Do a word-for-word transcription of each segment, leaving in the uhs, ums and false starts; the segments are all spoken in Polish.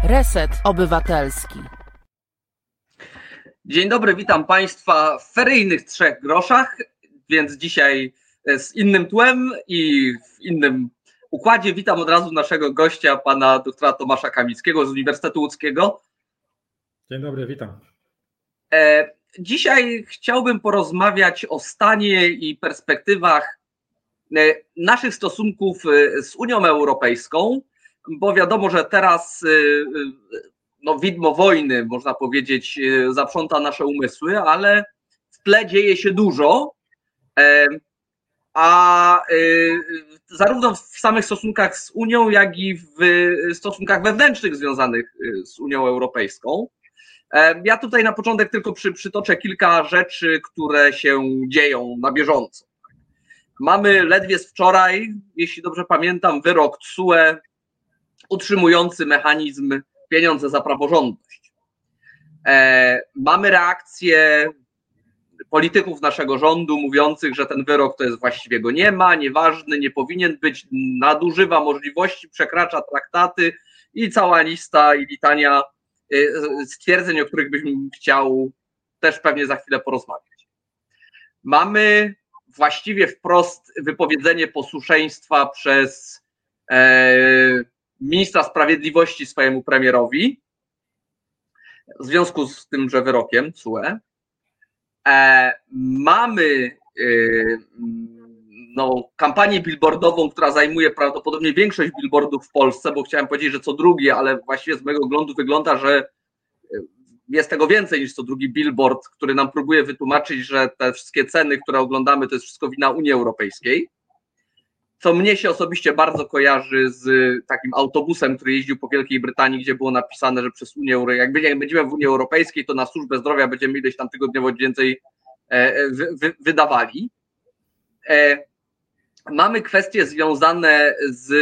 Reset Obywatelski. Dzień dobry, witam Państwa w feryjnych trzech groszach, więc dzisiaj z innym tłem i w innym układzie. Witam od razu naszego gościa, pana doktora Tomasza Kamickiego z Uniwersytetu Łódzkiego. Dzień dobry, witam. Dzisiaj chciałbym porozmawiać o stanie i perspektywach naszych stosunków z Unią Europejską, bo wiadomo, że teraz no, widmo wojny, można powiedzieć, zaprząta nasze umysły, ale w tle dzieje się dużo, a zarówno w samych stosunkach z Unią, jak i w stosunkach wewnętrznych związanych z Unią Europejską. Ja tutaj na początek tylko przy, przytoczę kilka rzeczy, które się dzieją na bieżąco. Mamy ledwie z wczoraj, jeśli dobrze pamiętam, wyrok T S U E utrzymujący mechanizm pieniądze za praworządność. Mamy reakcję polityków naszego rządu mówiących, że ten wyrok to jest właściwie go nie ma, nieważny, nie powinien być, nadużywa możliwości, przekracza traktaty i cała lista i litania stwierdzeń, o których bym chciał też pewnie za chwilę porozmawiać. Mamy właściwie wprost wypowiedzenie posłuszeństwa przez e, ministra sprawiedliwości swojemu premierowi w związku z tymże wyrokiem T S U E. E, mamy e, no, kampanię billboardową, która zajmuje prawdopodobnie większość billboardów w Polsce, bo chciałem powiedzieć, że co drugi, ale właściwie z mojego oglądu wygląda, że jest tego więcej niż co drugi billboard, który nam próbuje wytłumaczyć, że te wszystkie ceny, które oglądamy, to jest wszystko wina Unii Europejskiej. Co mnie się osobiście bardzo kojarzy z takim autobusem, który jeździł po Wielkiej Brytanii, gdzie było napisane, że przez Unię Europejską, jak będziemy w Unii Europejskiej, to na służbę zdrowia będziemy ileś tam tygodniowo więcej wy, wy, wydawali. Mamy kwestie związane z,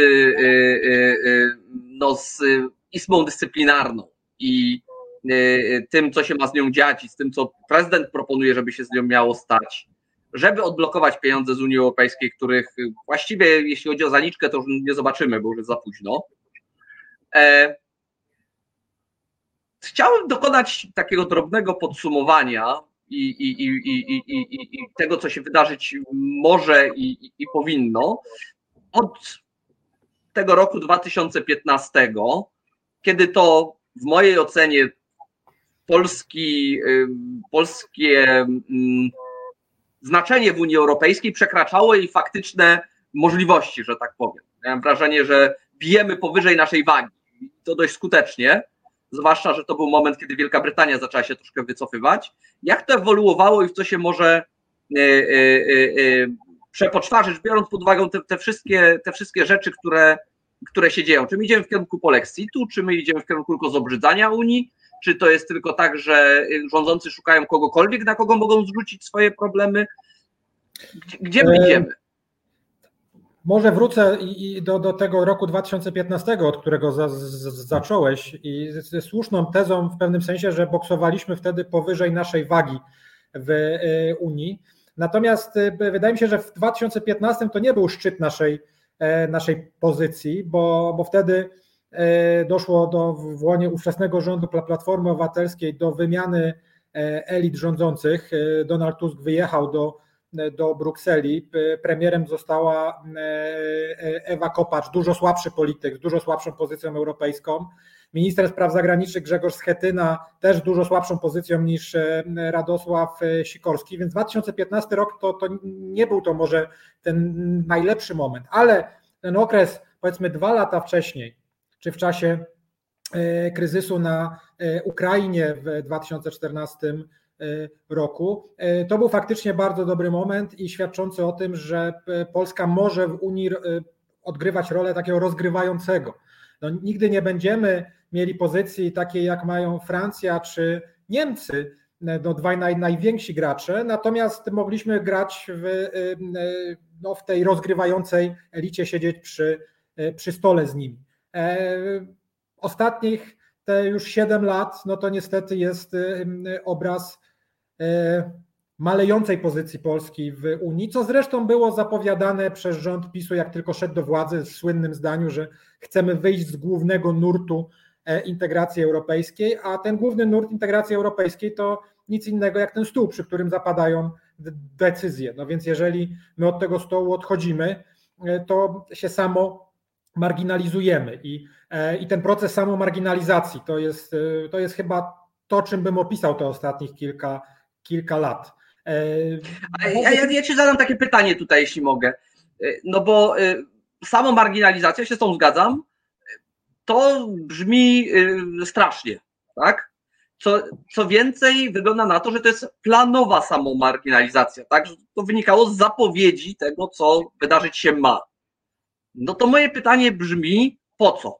no, z Izbą Dyscyplinarną i tym, co się ma z nią dziać i z tym, co prezydent proponuje, żeby się z nią miało stać, żeby odblokować pieniądze z Unii Europejskiej, których właściwie, jeśli chodzi o zaliczkę, to już nie zobaczymy, bo już jest za późno. Chciałem dokonać takiego drobnego podsumowania i, i, i, i, i, i, i tego, co się wydarzyć może i, i, i powinno od tego roku dwa tysiące piętnastego, kiedy to w mojej ocenie Polski, polskie znaczenie w Unii Europejskiej przekraczało jej faktyczne możliwości, że tak powiem. Miałem wrażenie, że bijemy powyżej naszej wagi. I to dość skutecznie, zwłaszcza, że to był moment, kiedy Wielka Brytania zaczęła się troszkę wycofywać. Jak to ewoluowało i w co się może przepoczwarzyć, biorąc pod uwagę te, te, wszystkie, te wszystkie rzeczy, które, które się dzieją. Czy my idziemy w kierunku polexitu, czy my idziemy w kierunku tylko zobrzydzania Unii, czy to jest tylko tak, że rządzący szukają kogokolwiek, na kogo mogą zrzucić swoje problemy? Gdzie, gdzie my idziemy? Może wrócę i do, do tego roku dwa tysiące piętnastego, od którego za, z, zacząłeś, i ze słuszną tezą w pewnym sensie, że boksowaliśmy wtedy powyżej naszej wagi w Unii. Natomiast wydaje mi się, że w dwa tysiące piętnastym to nie był szczyt naszej, naszej pozycji, bo, bo wtedy doszło do, w łonie ówczesnego rządu Platformy Obywatelskiej do wymiany elit rządzących. Donald Tusk wyjechał do, do Brukseli. Premierem została Ewa Kopacz, dużo słabszy polityk, z dużo słabszą pozycją europejską. Minister spraw zagranicznych Grzegorz Schetyna też dużo słabszą pozycją niż Radosław Sikorski, więc dwa tysiące piętnasty rok to, to nie był to może ten najlepszy moment, ale ten okres, powiedzmy dwa lata wcześniej, czy w czasie kryzysu na Ukrainie w dwa tysiące czternastym roku, to był faktycznie bardzo dobry moment i świadczący o tym, że Polska może w Unii odgrywać rolę takiego rozgrywającego. No, nigdy nie będziemy mieli pozycji takiej, jak mają Francja czy Niemcy, no, dwaj naj, najwięksi gracze, natomiast mogliśmy grać w, no, w tej rozgrywającej elicie, siedzieć przy, przy stole z nimi. Ostatnich te już siedem lat, no to niestety jest obraz malejącej pozycji Polski w Unii, co zresztą było zapowiadane przez rząd PiSu, jak tylko szedł do władzy, w słynnym zdaniu, że chcemy wyjść z głównego nurtu integracji europejskiej, a ten główny nurt integracji europejskiej to nic innego jak ten stół, przy którym zapadają decyzje. No więc jeżeli my od tego stołu odchodzimy, to się samo marginalizujemy i, i ten proces samomarginalizacji to jest, to jest chyba to, czym bym opisał te ostatnich kilka, kilka lat. Ja, ja, ja ci zadam takie pytanie tutaj, jeśli mogę. No bo samomarginalizacja, się z tą zgadzam, to brzmi strasznie, tak? Co, co więcej, wygląda na to, że to jest planowa samomarginalizacja, tak? Że to wynikało z zapowiedzi tego, co wydarzyć się ma. No to moje pytanie brzmi, po co?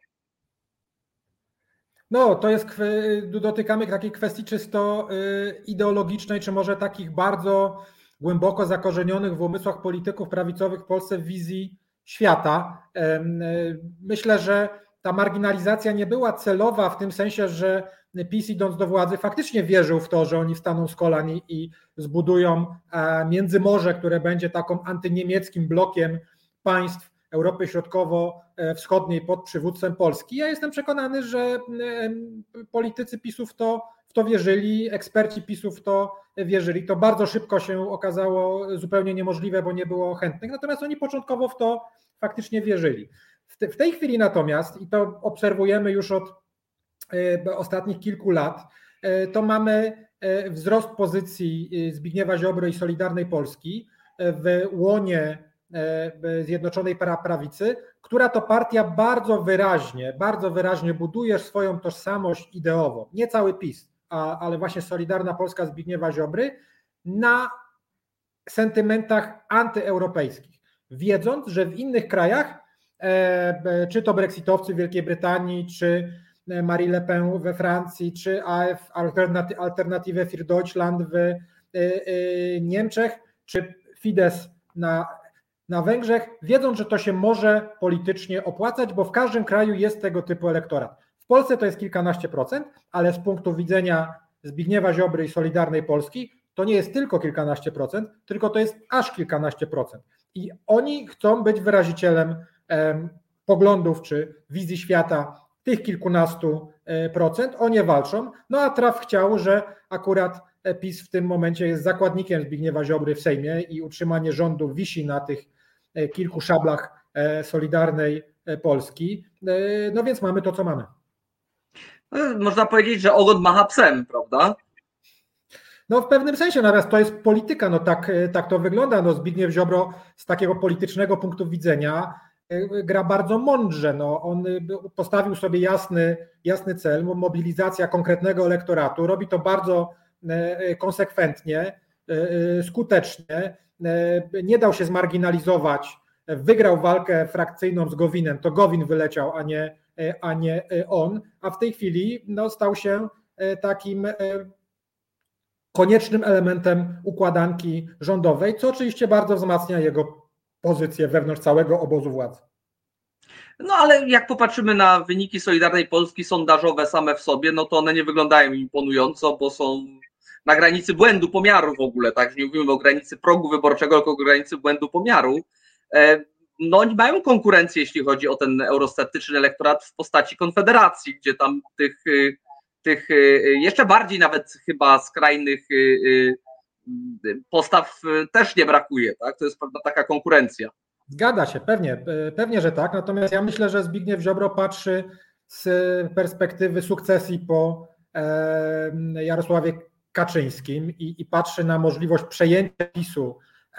No, to jest, dotykamy takiej kwestii czysto ideologicznej, czy może takich bardzo głęboko zakorzenionych w umysłach polityków prawicowych w Polsce w wizji świata. Myślę, że ta marginalizacja nie była celowa w tym sensie, że PiS idąc do władzy faktycznie wierzył w to, że oni wstaną z kolan i zbudują Międzymorze, które będzie taką antyniemieckim blokiem państw Europy Środkowo-Wschodniej pod przywództwem Polski. Ja jestem przekonany, że politycy PiSu w to, w to wierzyli, eksperci PiSu w to wierzyli. To bardzo szybko się okazało zupełnie niemożliwe, bo nie było chętnych, natomiast oni początkowo w to faktycznie wierzyli. W tej chwili natomiast, i to obserwujemy już od ostatnich kilku lat, to mamy wzrost pozycji Zbigniewa Ziobry i Solidarnej Polski w łonie Zjednoczonej Prawicy, która to partia bardzo wyraźnie, bardzo wyraźnie buduje swoją tożsamość ideową, nie cały PiS, a, ale właśnie Solidarna Polska Zbigniewa Ziobry na sentymentach antyeuropejskich, wiedząc, że w innych krajach, czy to brexitowcy w Wielkiej Brytanii, czy Marie Le Pen we Francji, czy A F, Alternative für Deutschland w Niemczech, czy Fidesz na, na Węgrzech, wiedząc, że to się może politycznie opłacać, bo w każdym kraju jest tego typu elektorat. W Polsce to jest kilkanaście procent, ale z punktu widzenia Zbigniewa Ziobry i Solidarnej Polski to nie jest tylko kilkanaście procent, tylko to jest aż kilkanaście procent. I oni chcą być wyrazicielem em, poglądów czy wizji świata tych kilkunastu procent, o nie walczą. No a traf chciał, że akurat PiS w tym momencie jest zakładnikiem Zbigniewa Ziobry w Sejmie i utrzymanie rządu wisi na tych kilku szablach Solidarnej Polski. No więc mamy to, co mamy. Można powiedzieć, że ogon macha psem, prawda? No w pewnym sensie, natomiast to jest polityka, no tak, tak to wygląda. No Zbigniew Ziobro z takiego politycznego punktu widzenia gra bardzo mądrze. No, on postawił sobie jasny, jasny cel, mobilizacja konkretnego elektoratu. Robi to bardzo konsekwentnie, skutecznie. Nie dał się zmarginalizować. Wygrał walkę frakcyjną z Gowinem. To Gowin wyleciał, a nie, a nie on. A w tej chwili no, stał się takim koniecznym elementem układanki rządowej, co oczywiście bardzo wzmacnia jego pozycję wewnątrz całego obozu władzy. No ale jak popatrzymy na wyniki Solidarnej Polski sondażowe same w sobie, no to one nie wyglądają imponująco, bo są na granicy błędu pomiaru w ogóle, tak? Nie mówimy o granicy progu wyborczego, tylko o granicy błędu pomiaru. No oni mają konkurencję, jeśli chodzi o ten eurosceptyczny elektorat w postaci Konfederacji, gdzie tam tych, tych jeszcze bardziej nawet chyba skrajnych postaw też nie brakuje, tak? To jest prawda taka konkurencja. Zgadza się, pewnie, pewnie, że tak. Natomiast ja myślę, że Zbigniew Ziobro patrzy z perspektywy sukcesji po Jarosławie Kaczyńskim i, i patrzy na możliwość przejęcia PiSu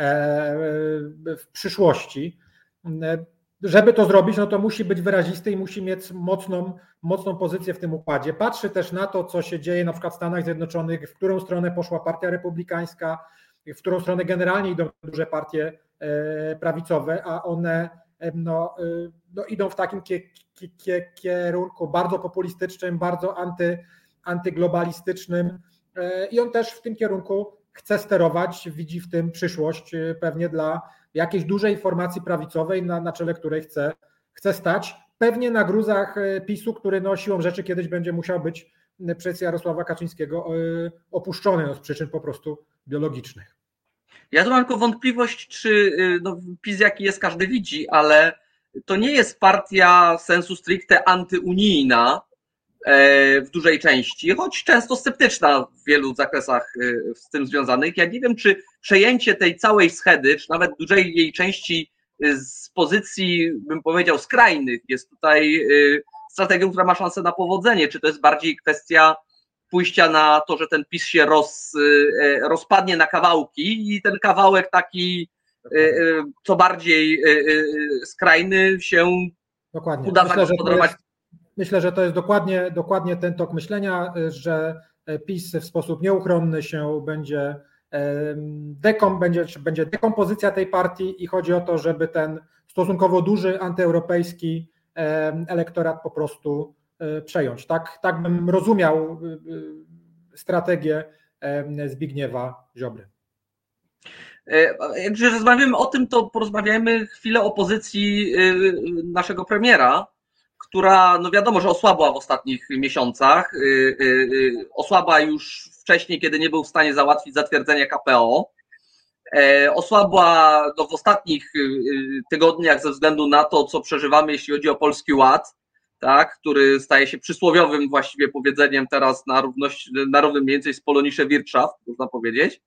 w przyszłości. Żeby to zrobić, no to musi być wyrazisty i musi mieć mocną, mocną pozycję w tym układzie. Patrzy też na to, co się dzieje na przykład w Stanach Zjednoczonych, w którą stronę poszła partia republikańska, w którą stronę generalnie idą duże partie prawicowe, a one no, no idą w takim kierunku bardzo populistycznym, bardzo anty, antyglobalistycznym i on też w tym kierunku chce sterować, widzi w tym przyszłość pewnie dla jakiejś dużej formacji prawicowej, na, na czele której chce, chce stać, pewnie na gruzach PiSu, który no, siłą rzeczy kiedyś będzie musiał być przez Jarosława Kaczyńskiego opuszczony no, z przyczyn po prostu biologicznych. Ja tu mam tylko wątpliwość, czy no, PiS jaki jest, każdy widzi, ale to nie jest partia sensu stricte antyunijna, w dużej części, choć często sceptyczna w wielu zakresach z tym związanych. Ja nie wiem, czy przejęcie tej całej schedy, czy nawet dużej jej części z pozycji, bym powiedział, skrajnych jest tutaj strategią, która ma szansę na powodzenie, czy to jest bardziej kwestia pójścia na to, że ten PiS się roz, rozpadnie na kawałki i ten kawałek taki co bardziej skrajny się Dokładnie. uda Myślę, zagospodarować. że to jest, myślę, że to jest dokładnie, dokładnie ten tok myślenia, że PiS w sposób nieuchronny się będzie, dekom, będzie, będzie dekompozycja tej partii i chodzi o to, żeby ten stosunkowo duży antyeuropejski elektorat po prostu przejąć. Tak, tak bym rozumiał strategię Zbigniewa Ziobry. Jak już rozmawiamy o tym, to porozmawiajmy chwilę o pozycji naszego premiera, która, no wiadomo, że osłabła w ostatnich miesiącach. Osłabła już wcześniej, kiedy nie był w stanie załatwić zatwierdzenia K P O. Osłabła no, w ostatnich tygodniach ze względu na to, co przeżywamy, jeśli chodzi o Polski Ład, tak, który staje się przysłowiowym właściwie powiedzeniem teraz na równość, na równym mniej więcej z Polonische Wirtschaft, można powiedzieć.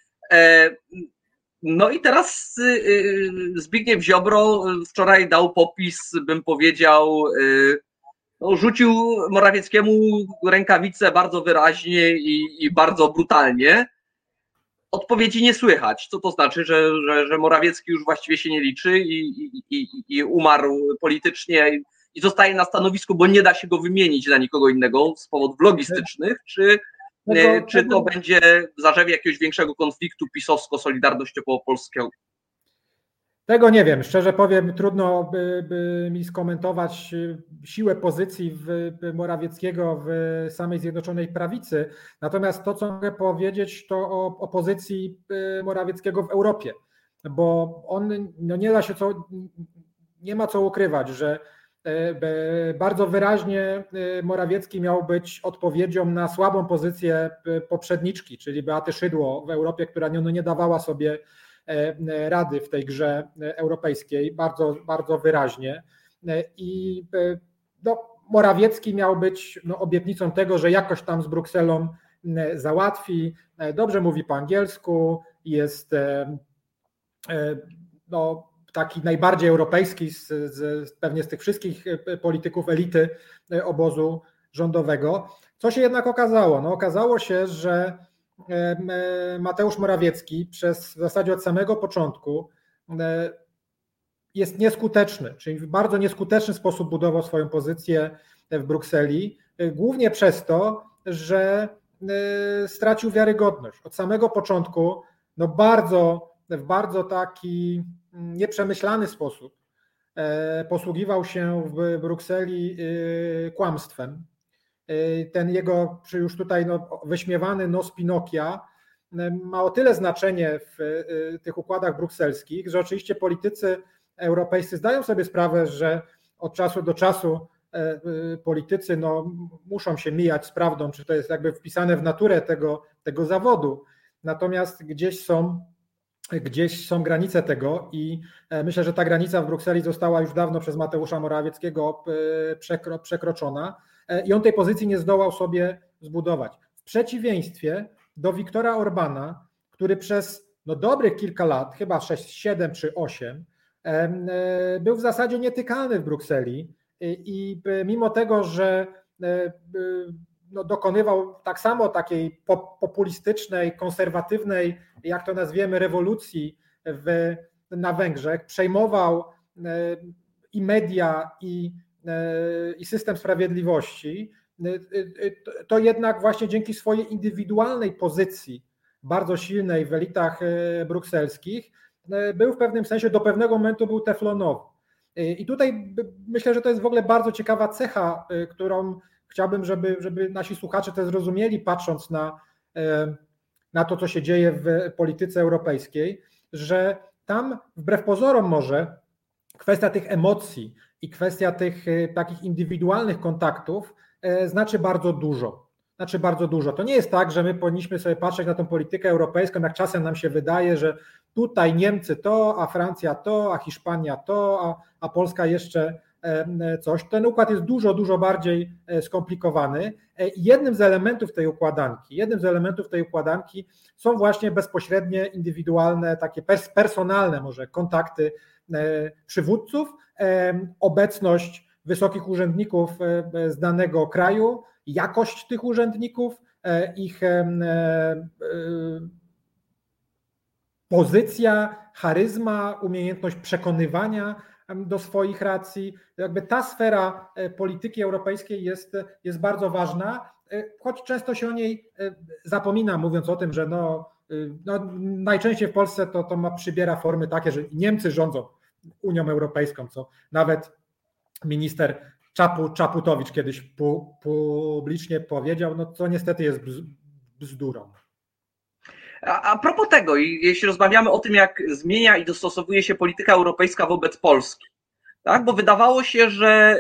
No i teraz Zbigniew Ziobro wczoraj dał popis, bym powiedział, no, rzucił Morawieckiemu rękawicę bardzo wyraźnie i, i bardzo brutalnie. Odpowiedzi nie słychać, co to znaczy, że, że, że Morawiecki już właściwie się nie liczy i, i, i, i umarł politycznie i zostaje na stanowisku, bo nie da się go wymienić na nikogo innego z powodów logistycznych, czy Tego, czy to tego... będzie zarzewie jakiegoś większego konfliktu pisowsko-solidarnościowo-polskiego? Tego nie wiem. Szczerze powiem, trudno by, by mi skomentować siłę pozycji w Morawieckiego w samej Zjednoczonej Prawicy. Natomiast to, co mogę powiedzieć, to o, o pozycji Morawieckiego w Europie. Bo on, no nie da się co, nie ma co ukrywać, że bardzo wyraźnie Morawiecki miał być odpowiedzią na słabą pozycję poprzedniczki, czyli Beaty Szydło w Europie, która no nie dawała sobie rady w tej grze europejskiej bardzo, bardzo wyraźnie. I no, Morawiecki miał być no, obietnicą tego, że jakoś tam z Brukselą załatwi, dobrze mówi po angielsku, jest no, taki najbardziej europejski z, z, pewnie z tych wszystkich polityków elity obozu rządowego. Co się jednak okazało? No, okazało się, że Mateusz Morawiecki przez w zasadzie od samego początku jest nieskuteczny, czyli w bardzo nieskuteczny sposób budował swoją pozycję w Brukseli, głównie przez to, że stracił wiarygodność. Od samego początku no bardzo, w bardzo taki nieprzemyślany sposób posługiwał się w Brukseli kłamstwem. Ten jego już tutaj no, wyśmiewany nos Pinokia ma o tyle znaczenie w tych układach brukselskich, że oczywiście politycy europejscy zdają sobie sprawę, że od czasu do czasu politycy no, muszą się mijać z prawdą, czy to jest jakby wpisane w naturę tego, tego zawodu. Natomiast gdzieś są Gdzieś są granice tego i myślę, że ta granica w Brukseli została już dawno przez Mateusza Morawieckiego przekroczona i on tej pozycji nie zdołał sobie zbudować. W przeciwieństwie do Viktora Orbana, który przez no, dobrych kilka lat, chyba sześć, siedem czy osiem, był w zasadzie nietykalny w Brukseli i mimo tego, że no, dokonywał tak samo takiej populistycznej, konserwatywnej, jak to nazwiemy, rewolucji w, na Węgrzech, przejmował i media, i, i system sprawiedliwości, to jednak właśnie dzięki swojej indywidualnej pozycji, bardzo silnej w elitach brukselskich, był w pewnym sensie, do pewnego momentu był teflonowy. I tutaj myślę, że to jest w ogóle bardzo ciekawa cecha, którą chciałbym, żeby, żeby nasi słuchacze to zrozumieli, patrząc na, na to, co się dzieje w polityce europejskiej, że tam wbrew pozorom może kwestia tych emocji i kwestia tych takich indywidualnych kontaktów znaczy bardzo dużo. Znaczy bardzo dużo. To nie jest tak, że my powinniśmy sobie patrzeć na tę politykę europejską, jak czasem nam się wydaje, że tutaj Niemcy to, a Francja to, a Hiszpania to, a, a Polska jeszcze coś. Ten układ jest dużo, dużo bardziej skomplikowany. Jednym z elementów tej układanki, jednym z elementów tej układanki są właśnie bezpośrednie, indywidualne, takie personalne może kontakty przywódców, obecność wysokich urzędników z danego kraju, jakość tych urzędników, ich pozycja, charyzma, umiejętność przekonywania do swoich racji. Jakby ta sfera polityki europejskiej jest, jest bardzo ważna, choć często się o niej zapomina, mówiąc o tym, że no, no najczęściej w Polsce to, to ma, przybiera formy takie, że Niemcy rządzą Unią Europejską, co nawet minister Czapu, Czaputowicz kiedyś pu, publicznie powiedział, no to niestety jest bzdurą. A, a propos tego, i jeśli rozmawiamy o tym, jak zmienia i dostosowuje się polityka europejska wobec Polski, tak? Bo wydawało się, że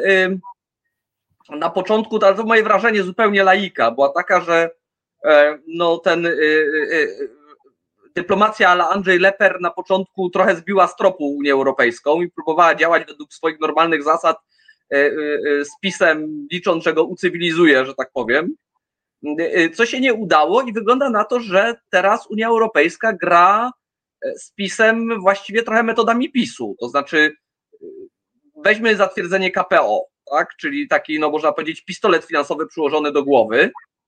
y, na początku, to, to moje wrażenie zupełnie laika, była taka, że y, no ten y, y, dyplomacja ala Andrzej Leper na początku trochę zbiła z tropu Unię Europejską i próbowała działać według swoich normalnych zasad y, y, z PiS-em, licząc, że go ucywilizuje, że tak powiem. Co się nie udało i wygląda na to, że teraz Unia Europejska gra z PiS-em właściwie trochę metodami PiS-u, to znaczy weźmy zatwierdzenie K P O, tak, czyli taki, no można powiedzieć, pistolet finansowy przyłożony do głowy,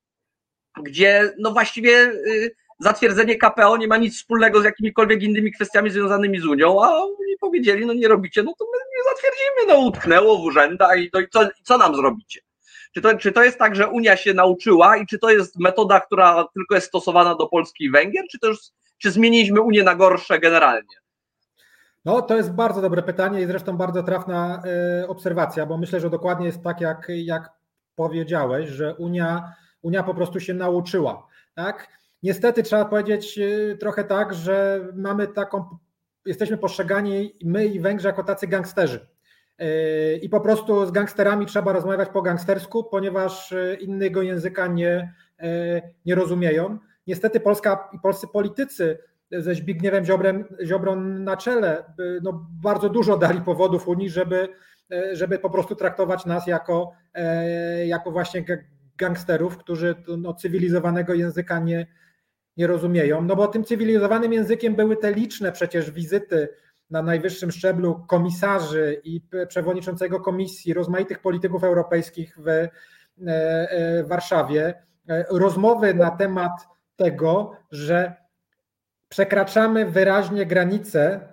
gdzie no właściwie zatwierdzenie K P O nie ma nic wspólnego z jakimikolwiek innymi kwestiami związanymi z Unią, a oni powiedzieli, no nie robicie, no to my nie zatwierdzimy, no utknęło w urzędach i, to, i, co, i co nam zrobicie? Czy to, czy to jest tak, że Unia się nauczyła i czy to jest metoda, która tylko jest stosowana do Polski i Węgier, czy też czy zmieniliśmy Unię na gorsze generalnie? No to jest bardzo dobre pytanie i zresztą bardzo trafna y, obserwacja, bo myślę, że dokładnie jest tak, jak, jak powiedziałeś, że Unia, Unia po prostu się nauczyła. Tak? Niestety trzeba powiedzieć y, trochę tak, że mamy taką, jesteśmy postrzegani my i Węgrzy jako tacy gangsterzy. I po prostu z gangsterami trzeba rozmawiać po gangstersku, ponieważ innego języka nie, nie rozumieją. Niestety Polska i polscy politycy ze Zbigniewem Ziobrem, Ziobrą na czele no, bardzo dużo dali powodów Unii, żeby, żeby po prostu traktować nas jako, jako właśnie gangsterów, którzy no, cywilizowanego języka nie, nie rozumieją. No bo tym cywilizowanym językiem były te liczne przecież wizyty na najwyższym szczeblu komisarzy i przewodniczącego komisji, rozmaitych polityków europejskich w Warszawie, rozmowy na temat tego, że przekraczamy wyraźnie granice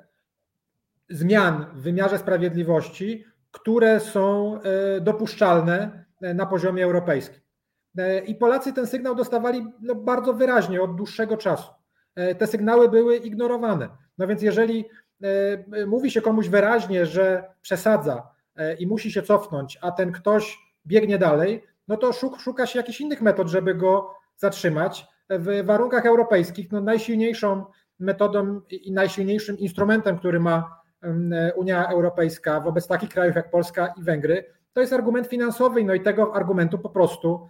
zmian w wymiarze sprawiedliwości, które są dopuszczalne na poziomie europejskim. I Polacy ten sygnał dostawali no, bardzo wyraźnie od dłuższego czasu. Te sygnały były ignorowane. No więc jeżeli mówi się komuś wyraźnie, że przesadza i musi się cofnąć, a ten ktoś biegnie dalej, no to szuka się jakichś innych metod, żeby go zatrzymać. W warunkach europejskich no najsilniejszą metodą i najsilniejszym instrumentem, który ma Unia Europejska wobec takich krajów jak Polska i Węgry, to jest argument finansowy, no i tego argumentu po prostu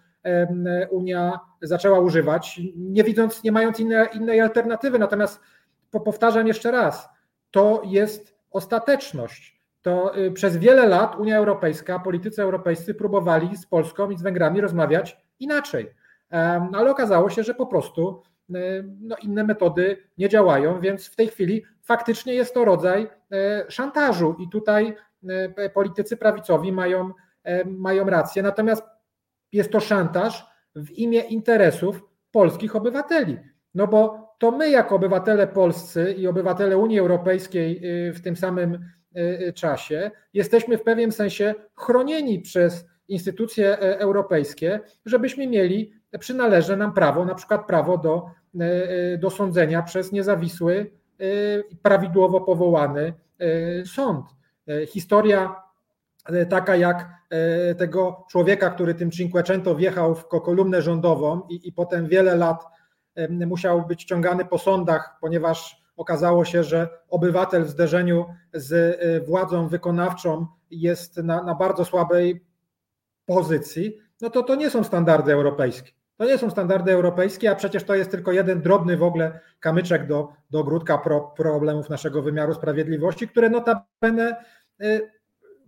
Unia zaczęła używać, nie widząc, nie mając innej, innej alternatywy. Natomiast powtarzam jeszcze raz, to jest ostateczność. To przez wiele lat Unia Europejska, politycy europejscy próbowali z Polską i z Węgrami rozmawiać inaczej, ale okazało się, że po prostu no, inne metody nie działają, więc w tej chwili faktycznie jest to rodzaj szantażu i tutaj politycy prawicowi mają, mają rację, natomiast jest to szantaż w imię interesów polskich obywateli, no bo to my jako obywatele polscy i obywatele Unii Europejskiej w tym samym czasie jesteśmy w pewnym sensie chronieni przez instytucje europejskie, żebyśmy mieli przynależne nam prawo, na przykład prawo do, do sądzenia przez niezawisły, prawidłowo powołany sąd. Historia taka jak tego człowieka, który tym Cinquecento wjechał w kolumnę rządową i, i potem wiele lat musiał być ciągany po sądach, ponieważ okazało się, że obywatel w zderzeniu z władzą wykonawczą jest na, na bardzo słabej pozycji, no to to nie są standardy europejskie. To nie są standardy europejskie, a przecież to jest tylko jeden drobny w ogóle kamyczek do, do ogródka pro, problemów naszego wymiaru sprawiedliwości, które notabene,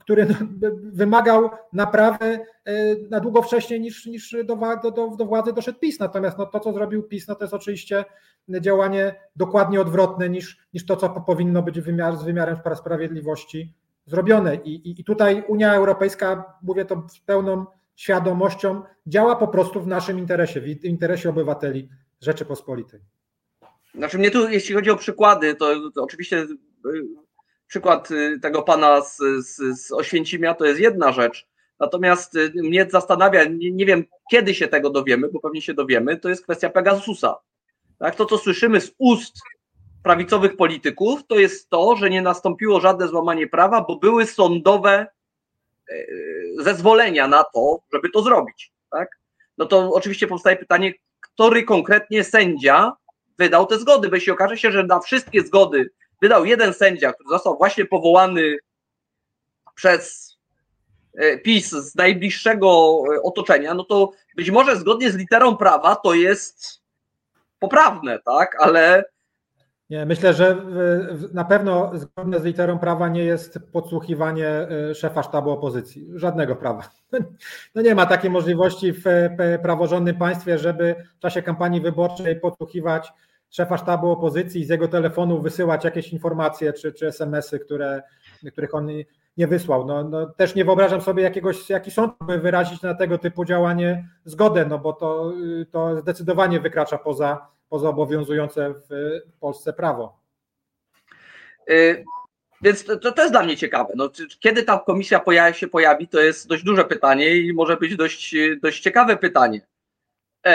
który wymagał naprawy na długo wcześniej niż, niż do, do, do władzy doszedł PiS. Natomiast no, to, co zrobił PiS, no, to jest oczywiście działanie dokładnie odwrotne niż, niż to, co powinno być wymiar, z wymiarem sprawiedliwości zrobione. I, i, I tutaj Unia Europejska, mówię to z pełną świadomością, działa po prostu w naszym interesie, w interesie obywateli Rzeczypospolitej. Znaczy mnie tu, jeśli chodzi o przykłady, to, to oczywiście przykład tego pana z, z, z Oświęcimia to jest jedna rzecz, natomiast mnie zastanawia, nie, nie wiem kiedy się tego dowiemy, bo pewnie się dowiemy, to jest kwestia Pegasusa. Tak? To, co słyszymy z ust prawicowych polityków, to jest to, że nie nastąpiło żadne złamanie prawa, bo były sądowe zezwolenia na to, żeby to zrobić. Tak? No to oczywiście powstaje pytanie, który konkretnie sędzia wydał te zgody, bo jeśli okaże się, że na wszystkie zgody wydał jeden sędzia, który został właśnie powołany przez PiS z najbliższego otoczenia, no to być może zgodnie z literą prawa to jest poprawne, tak, ale... Nie, myślę, że na pewno zgodne z literą prawa nie jest podsłuchiwanie szefa sztabu opozycji. Żadnego prawa. No nie ma takiej możliwości w praworządnym państwie, żeby w czasie kampanii wyborczej podsłuchiwać szefa sztabu opozycji i z jego telefonu wysyłać jakieś informacje czy, czy es em esy, które, których on nie wysłał. No, no, też nie wyobrażam sobie jakiegoś, jaki sąd by wyrazić na tego typu działanie zgodę, no bo to, to zdecydowanie wykracza poza, poza obowiązujące w Polsce prawo. Yy, więc to, to jest dla mnie ciekawe. No, kiedy ta komisja pojawi, się pojawi, to jest dość duże pytanie i może być dość, dość ciekawe pytanie. Yy,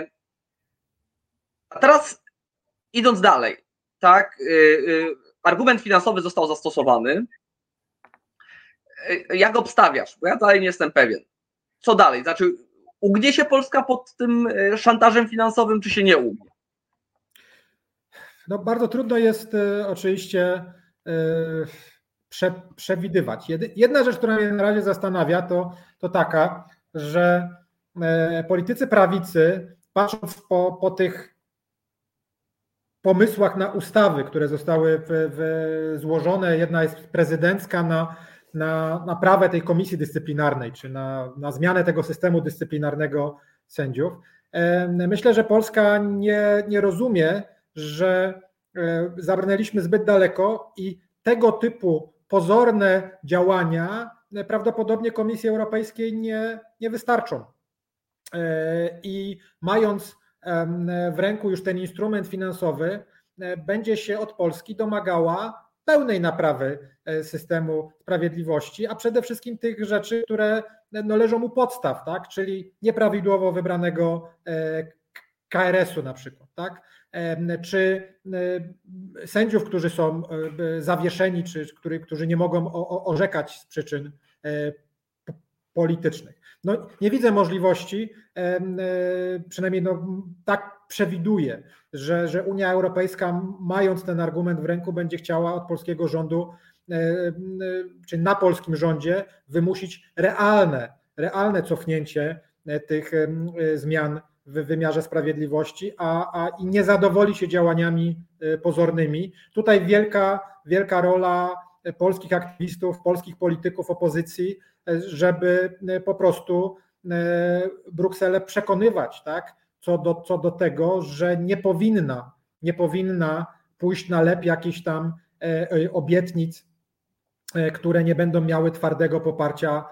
a teraz idąc dalej, tak, yy, argument finansowy został zastosowany. Yy, jak obstawiasz? Bo ja dalej nie jestem pewien. Co dalej? Znaczy, ugnie się Polska pod tym szantażem finansowym, czy się nie ugnie? No bardzo trudno jest y, oczywiście y, prze, przewidywać. Jedy, jedna rzecz, która mnie na razie zastanawia, to, to taka, że y, politycy prawicy, patrząc po, po tych pomysłach na ustawy, które zostały w, w złożone, jedna jest prezydencka na, na naprawę tej komisji dyscyplinarnej, czy na, na zmianę tego systemu dyscyplinarnego sędziów. Myślę, że Polska nie, nie rozumie, że zabrnęliśmy zbyt daleko i tego typu pozorne działania prawdopodobnie Komisji Europejskiej nie, nie wystarczą. I mając w ręku już ten instrument finansowy, będzie się od Polski domagała pełnej naprawy systemu sprawiedliwości, a przede wszystkim tych rzeczy, które no, leżą u podstaw, tak? Czyli nieprawidłowo wybranego ka er esu na przykład, tak? Czy sędziów, którzy są zawieszeni, czy którzy nie mogą orzekać z przyczyn politycznych. No, nie widzę możliwości, przynajmniej no, tak przewiduję, że, że Unia Europejska, mając ten argument w ręku, będzie chciała od polskiego rządu, czy na polskim rządzie wymusić realne, realne cofnięcie tych zmian w wymiarze sprawiedliwości, a, a i nie zadowoli się działaniami pozornymi. Tutaj wielka, wielka rola polskich aktywistów, polskich polityków opozycji, żeby po prostu Brukselę przekonywać, tak, co do, co do tego, że nie powinna, nie powinna pójść na lep jakichś tam obietnic, które nie będą miały twardego poparcia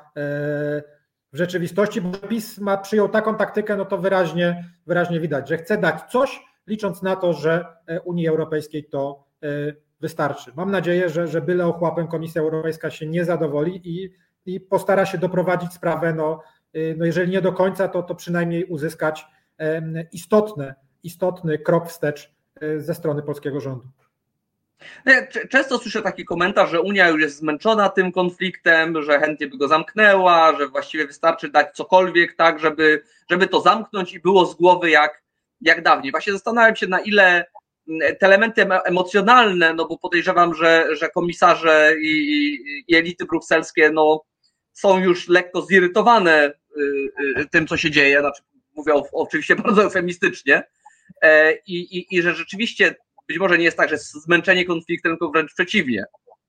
w rzeczywistości, bo PiS ma, przyjął taką taktykę, no to wyraźnie, wyraźnie widać, że chce dać coś, licząc na to, że Unii Europejskiej to wystarczy. Mam nadzieję, że, że byle ochłapem Komisja Europejska się nie zadowoli i, i postara się doprowadzić sprawę, no, no jeżeli nie do końca, to, to przynajmniej uzyskać istotny, istotny krok wstecz ze strony polskiego rządu. Często słyszę taki komentarz, że Unia już jest zmęczona tym konfliktem, że chętnie by go zamknęła, że właściwie wystarczy dać cokolwiek, tak, żeby, żeby to zamknąć i było z głowy jak, jak dawniej. Właśnie zastanawiam się, na ile te elementy emocjonalne, no bo podejrzewam, że, że komisarze i, i, i elity brukselskie no, są już lekko zirytowane tym, co się dzieje, znaczy mówię oczywiście bardzo eufemistycznie i, i, i że rzeczywiście być może nie jest tak, że zmęczenie konfliktem, tylko wręcz przeciwnie.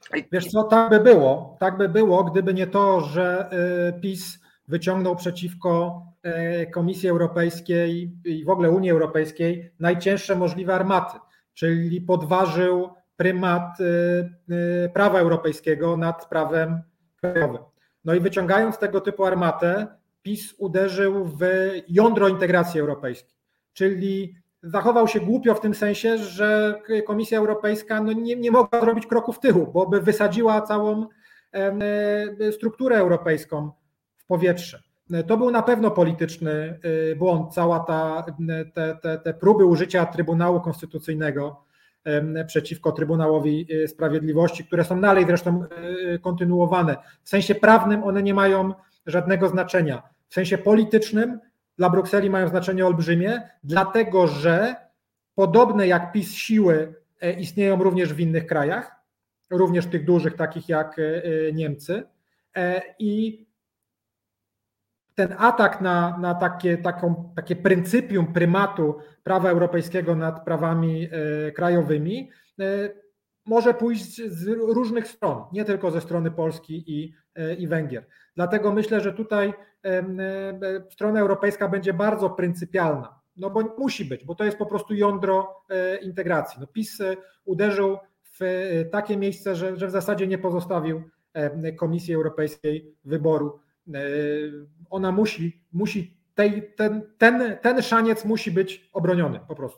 Wiesz co, tak by było, tak by było, gdyby nie to, że PiS wyciągnął przeciwko Komisji Europejskiej i w ogóle Unii Europejskiej najcięższe możliwe armaty, czyli podważył prymat prawa europejskiego nad prawem krajowym. No i wyciągając tego typu armatę, PiS uderzył w jądro integracji europejskiej, czyli zachował się głupio w tym sensie, że Komisja Europejska no nie, nie mogła zrobić kroku w tył, bo by wysadziła całą strukturę europejską w powietrze. To był na pewno polityczny błąd, cała ta, te, te, te próby użycia Trybunału Konstytucyjnego przeciwko Trybunałowi Sprawiedliwości, które są dalej zresztą kontynuowane. W sensie prawnym one nie mają żadnego znaczenia. W sensie politycznym dla Brukseli mają znaczenie olbrzymie, dlatego że podobne jak PiS siły istnieją również w innych krajach, również tych dużych, takich jak Niemcy. I ten atak na, na takie, taką, takie pryncypium prymatu prawa europejskiego nad prawami krajowymi może pójść z różnych stron, nie tylko ze strony Polski i, i Węgier. Dlatego myślę, że tutaj strona europejska będzie bardzo pryncypialna, no bo musi być, bo to jest po prostu jądro integracji. No PiS uderzył w takie miejsce, że, że w zasadzie nie pozostawił Komisji Europejskiej wyboru. Ona musi, musi tej, ten, ten, ten szaniec musi być obroniony po prostu.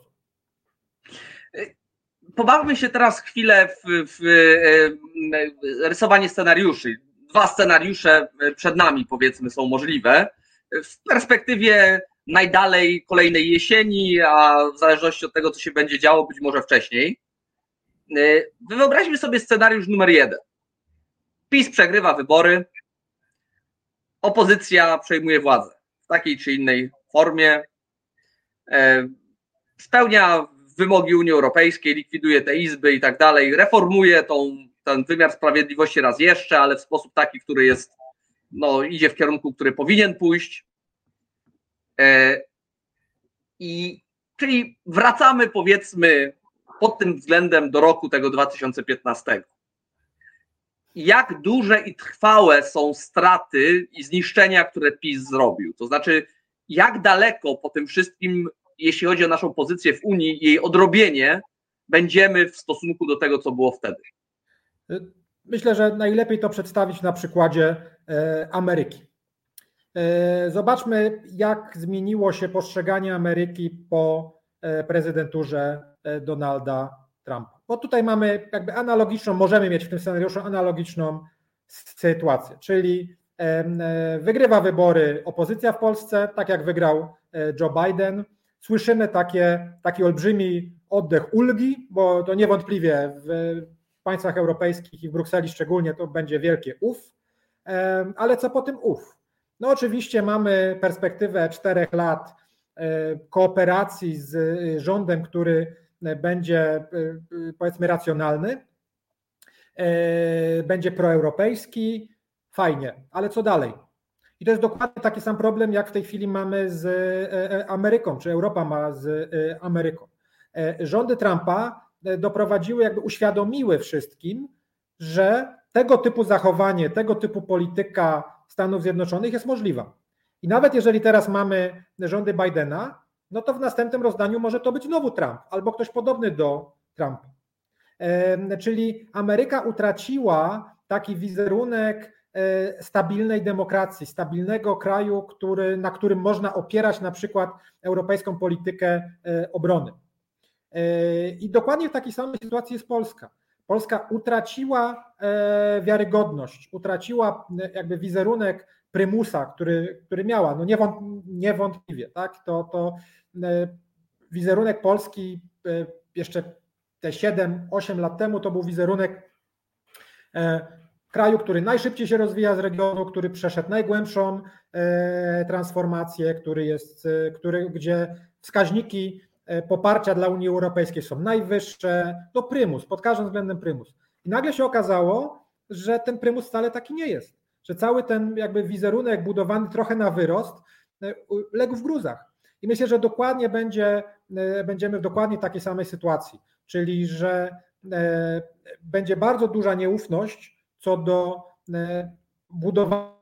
Pobawmy się teraz chwilę w, w, w rysowanie scenariuszy. Dwa scenariusze przed nami, powiedzmy, są możliwe. W perspektywie najdalej kolejnej jesieni, a w zależności od tego, co się będzie działo, być może wcześniej. Wyobraźmy sobie scenariusz numer jeden. PiS przegrywa wybory, opozycja przejmuje władzę w takiej czy innej formie, spełnia wymogi Unii Europejskiej, likwiduje te izby i tak dalej, reformuje tą, ten wymiar sprawiedliwości raz jeszcze, ale w sposób taki, który jest, no, idzie w kierunku, który powinien pójść. I czyli wracamy, powiedzmy, pod tym względem do roku tego dwa tysiące piętnastego. Jak duże i trwałe są straty i zniszczenia, które PiS zrobił? To znaczy, jak daleko po tym wszystkim, jeśli chodzi o naszą pozycję w Unii, jej odrobienie, będziemy w stosunku do tego, co było wtedy? Myślę, że najlepiej to przedstawić na przykładzie Ameryki. Zobaczmy, jak zmieniło się postrzeganie Ameryki po prezydenturze Donalda Trumpa. Bo tutaj mamy jakby analogiczną, możemy mieć w tym scenariuszu analogiczną sytuację, czyli wygrywa wybory opozycja w Polsce, tak jak wygrał Joe Biden. Słyszymy takie, taki olbrzymi oddech ulgi, bo to niewątpliwie w państwach europejskich i w Brukseli szczególnie to będzie wielkie uf, ale co po tym uf? No oczywiście mamy perspektywę czterech lat kooperacji z rządem, który będzie, powiedzmy, racjonalny, będzie proeuropejski, fajnie, ale co dalej? I to jest dokładnie taki sam problem, jak w tej chwili mamy z Ameryką, czy Europa ma z Ameryką. Rządy Trumpa doprowadziły, jakby uświadomiły wszystkim, że tego typu zachowanie, tego typu polityka Stanów Zjednoczonych jest możliwa. I nawet jeżeli teraz mamy rządy Bidena, no to w następnym rozdaniu może to być znowu Trump albo ktoś podobny do Trumpa. Czyli Ameryka utraciła taki wizerunek stabilnej demokracji, stabilnego kraju, który, na którym można opierać na przykład europejską politykę obrony. I dokładnie w takiej samej sytuacji jest Polska. Polska utraciła wiarygodność, utraciła jakby wizerunek prymusa, który, który miała, no niewątpliwie, tak? To, to wizerunek Polski jeszcze te siedem osiem lat temu to był wizerunek kraju, który najszybciej się rozwija z regionu, który przeszedł najgłębszą transformację, który jest, który, gdzie wskaźniki poparcia dla Unii Europejskiej są najwyższe, to prymus, pod każdym względem prymus. I nagle się okazało, że ten prymus wcale taki nie jest, że cały ten jakby wizerunek budowany trochę na wyrost legł w gruzach. I myślę, że dokładnie będzie, będziemy w dokładnie takiej samej sytuacji, czyli że będzie bardzo duża nieufność co do budowania.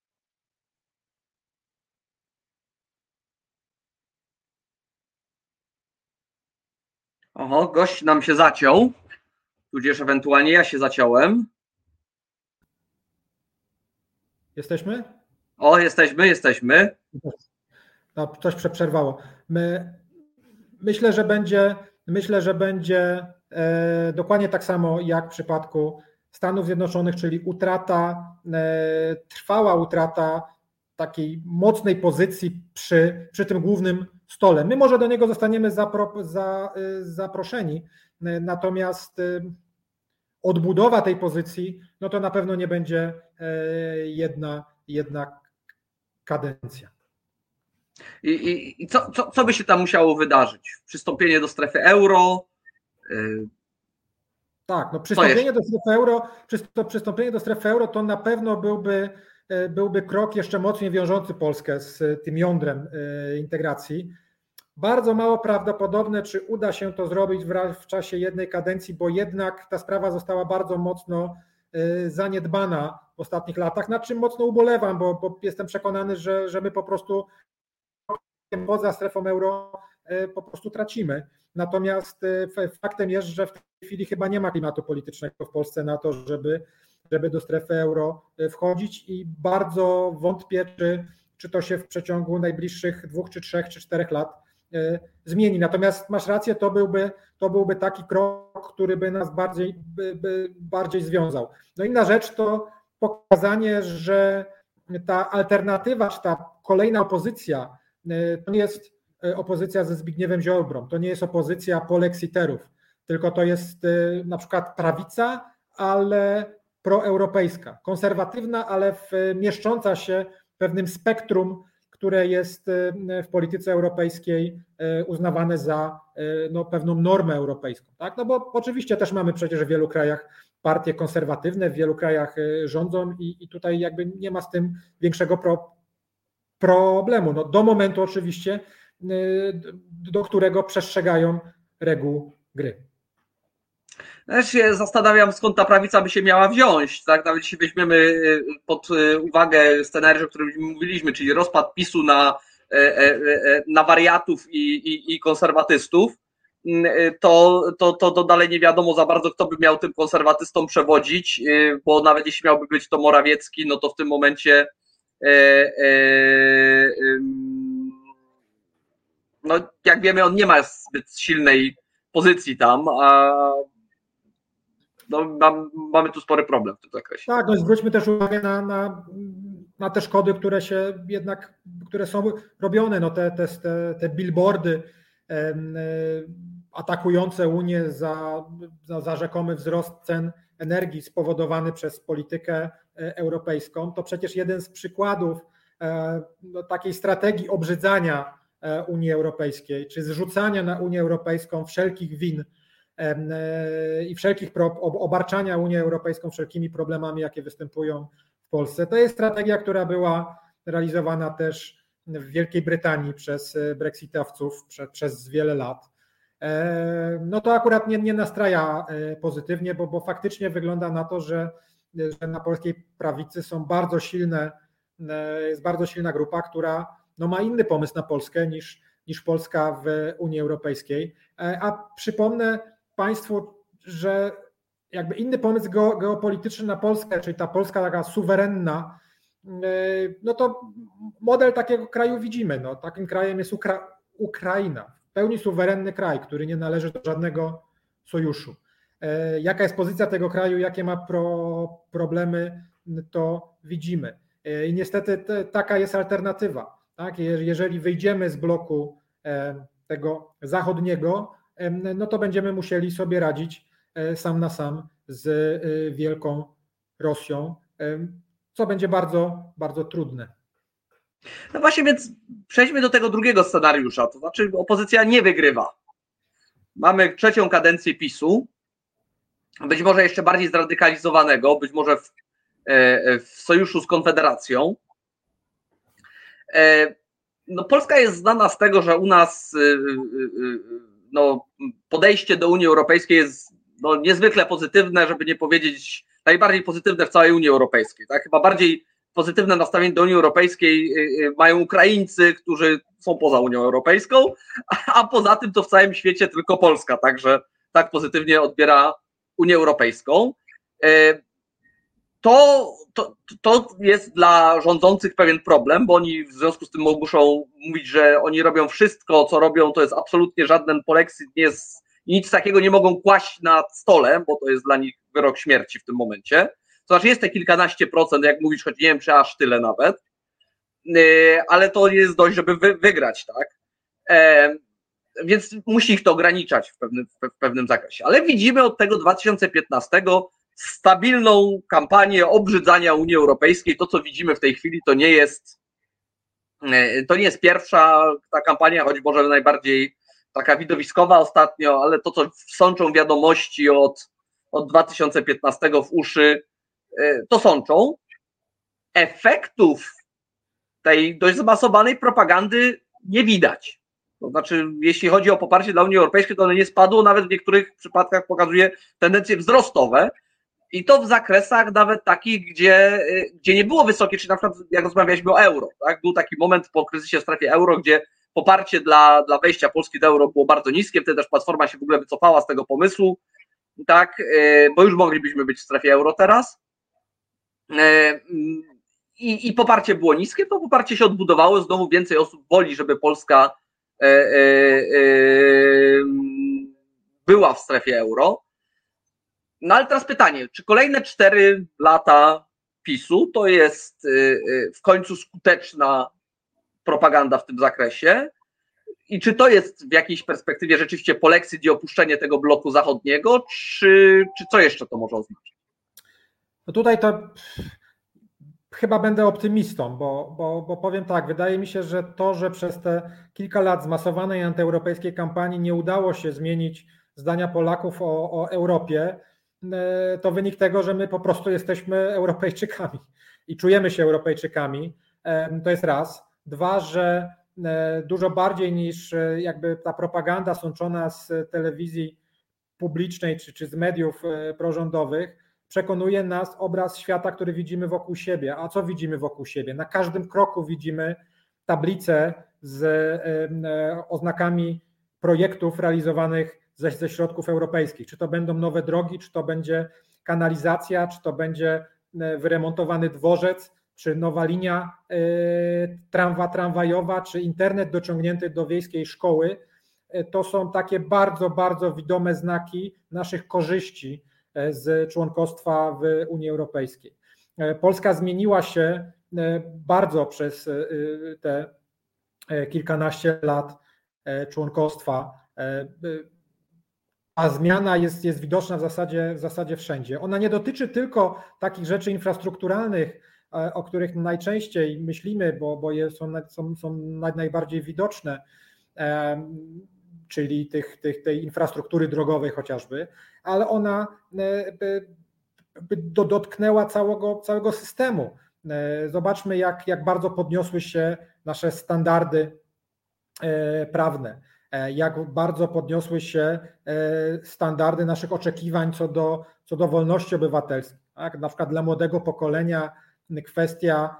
Oho, gość nam się zaciął, tudzież ewentualnie ja się zaciąłem. Jesteśmy? O, jesteśmy, jesteśmy. No, coś przerwało. My, myślę, że będzie, myślę, że będzie e, dokładnie tak samo jak w przypadku Stanów Zjednoczonych, czyli utrata, e, trwała utrata takiej mocnej pozycji przy, przy tym głównym stole. My może do niego zostaniemy zapro, za, zaproszeni, natomiast odbudowa tej pozycji, no to na pewno nie będzie jedna, jedna kadencja. I, i, i co, co, co by się tam musiało wydarzyć? Przystąpienie do strefy euro? Tak, no przystąpienie do strefy euro, przystąpienie do strefy euro to na pewno byłby byłby krok jeszcze mocniej wiążący Polskę z tym jądrem integracji. Bardzo mało prawdopodobne, czy uda się to zrobić w czasie jednej kadencji, bo jednak ta sprawa została bardzo mocno zaniedbana w ostatnich latach, nad czym mocno ubolewam, bo, bo jestem przekonany, że, że my po prostu poza strefą euro po prostu tracimy. Natomiast faktem jest, że w tej chwili chyba nie ma klimatu politycznego w Polsce na to, żeby żeby do strefy euro wchodzić i bardzo wątpię, czy, czy to się w przeciągu najbliższych dwóch, czy trzech, czy czterech lat zmieni. Natomiast masz rację, to byłby, to byłby taki krok, który by nas bardziej, by, by bardziej związał. No inna rzecz to pokazanie, że ta alternatywa, czy ta kolejna opozycja, to nie jest opozycja ze Zbigniewem Ziobrą, to nie jest opozycja polexiterów, tylko to jest na przykład prawica, ale proeuropejska, konserwatywna, ale w, mieszcząca się w pewnym spektrum, które jest w polityce europejskiej uznawane za no, pewną normę europejską. Tak? No bo oczywiście też mamy przecież w wielu krajach partie konserwatywne, w wielu krajach rządzą i, i tutaj jakby nie ma z tym większego pro, problemu. No, do momentu oczywiście, do którego przestrzegają reguł gry. Ja się zastanawiam, skąd ta prawica by się miała wziąć, tak? Nawet jeśli weźmiemy pod uwagę scenariusz, o którym mówiliśmy, czyli rozpad PiSu na, na wariatów i, i, i konserwatystów, to, to, to, to dalej nie wiadomo za bardzo, kto by miał tym konserwatystom przewodzić, bo nawet jeśli miałby być to Morawiecki, no to w tym momencie no jak wiemy, on nie ma zbyt silnej pozycji tam, a no, mam, mamy tu spory problem w tym zakresie. Tak, no zwróćmy też uwagę na, na, na te szkody, które się jednak, które są robione, no te, te, te billboardy e, atakujące Unię za, za, za rzekomy wzrost cen energii spowodowany przez politykę europejską, to przecież jeden z przykładów e, no, takiej strategii obrzydzania Unii Europejskiej, czy zrzucania na Unię Europejską wszelkich win i wszelkich obarczania Unię Europejską wszelkimi problemami, jakie występują w Polsce. To jest strategia, która była realizowana też w Wielkiej Brytanii przez brexitowców przez, przez wiele lat. No to akurat nie, nie nastraja pozytywnie, bo, bo faktycznie wygląda na to, że, że na polskiej prawicy są bardzo silne, jest bardzo silna grupa, która no ma inny pomysł na Polskę niż, niż Polska w Unii Europejskiej. A przypomnę Państwu, że jakby inny pomysł geopolityczny na Polskę, czyli ta Polska taka suwerenna, no to model takiego kraju widzimy. No, takim krajem jest Ukra- Ukraina, w pełni suwerenny kraj, który nie należy do żadnego sojuszu. Jaka jest pozycja tego kraju, jakie ma pro, problemy, to widzimy. I niestety te, taka jest alternatywa. Tak? Jeżeli wyjdziemy z bloku tego zachodniego, no to będziemy musieli sobie radzić sam na sam z wielką Rosją, co będzie bardzo, bardzo trudne. No właśnie, więc przejdźmy do tego drugiego scenariusza, to znaczy opozycja nie wygrywa. Mamy trzecią kadencję PiSu, być może jeszcze bardziej zradykalizowanego, być może w, w sojuszu z Konfederacją. No, Polska jest znana z tego, że u nas no, podejście do Unii Europejskiej jest no, niezwykle pozytywne, żeby nie powiedzieć najbardziej pozytywne w całej Unii Europejskiej. Tak? Chyba bardziej pozytywne nastawienie do Unii Europejskiej mają Ukraińcy, którzy są poza Unią Europejską, a poza tym to w całym świecie tylko Polska, także tak pozytywnie odbiera Unię Europejską. To, to, to jest dla rządzących pewien problem, bo oni w związku z tym muszą mówić, że oni robią wszystko, co robią, to jest absolutnie żaden polexit, nie jest, nic takiego nie mogą kłaść na stole, bo to jest dla nich wyrok śmierci w tym momencie. To znaczy jest te kilkanaście procent, jak mówisz, choć nie wiem, czy aż tyle nawet, ale to jest dość, żeby wy, wygrać, tak? Więc musi ich to ograniczać w pewnym, w pewnym zakresie. Ale widzimy od tego dwa tysiące piętnastego stabilną kampanię obrzydzania Unii Europejskiej. To, co widzimy w tej chwili, to nie jest to nie jest pierwsza ta kampania, choć może najbardziej taka widowiskowa ostatnio, ale to, co sączą wiadomości od, od dwa tysiące piętnastego w uszy, to sączą. Efektów tej dość zmasowanej propagandy nie widać. To znaczy, jeśli chodzi o poparcie dla Unii Europejskiej, to ono nie spadło, nawet w niektórych przypadkach pokazuje tendencje wzrostowe i to w zakresach nawet takich, gdzie, gdzie nie było wysokie, czyli na przykład jak rozmawialiśmy o euro, tak? Był taki moment po kryzysie w strefie euro, gdzie poparcie dla, dla wejścia Polski do euro było bardzo niskie, wtedy też Platforma się w ogóle wycofała z tego pomysłu, tak? Bo już moglibyśmy być w strefie euro teraz. I, i poparcie było niskie, to poparcie się odbudowało, znowu więcej osób woli, żeby Polska e, e, e, była w strefie euro. No ale teraz pytanie, czy kolejne cztery lata PiSu to jest w końcu skuteczna propaganda w tym zakresie i czy to jest w jakiejś perspektywie rzeczywiście polexit i opuszczenie tego bloku zachodniego, czy, czy co jeszcze to może oznaczać? No tutaj to chyba będę optymistą, bo, bo, bo powiem tak, wydaje mi się, że to, że przez te kilka lat zmasowanej antyeuropejskiej kampanii nie udało się zmienić zdania Polaków o, o Europie, to wynik tego, że my po prostu jesteśmy Europejczykami i czujemy się Europejczykami. To jest raz. Dwa, że dużo bardziej niż jakby ta propaganda sączona z telewizji publicznej czy, czy z mediów prorządowych przekonuje nas obraz świata, który widzimy wokół siebie. A co widzimy wokół siebie? Na każdym kroku widzimy tablice z oznakami projektów realizowanych ze, ze środków europejskich. Czy to będą nowe drogi, czy to będzie kanalizacja, czy to będzie wyremontowany dworzec, czy nowa linia tramwa, tramwajowa, czy internet dociągnięty do wiejskiej szkoły. To są takie bardzo, bardzo widome znaki naszych korzyści z członkostwa w Unii Europejskiej. Polska zmieniła się bardzo przez te kilkanaście lat członkostwa. A zmiana jest, jest widoczna w zasadzie, w zasadzie wszędzie. Ona nie dotyczy tylko takich rzeczy infrastrukturalnych, o których najczęściej myślimy, bo, bo je są, są, są najbardziej widoczne, czyli tych, tych, tej infrastruktury drogowej chociażby, ale ona dotknęła całego, całego systemu. Zobaczmy, jak, jak bardzo podniosły się nasze standardy prawne, jak bardzo podniosły się standardy naszych oczekiwań co do, co do wolności obywatelskich. Tak? Na przykład dla młodego pokolenia kwestia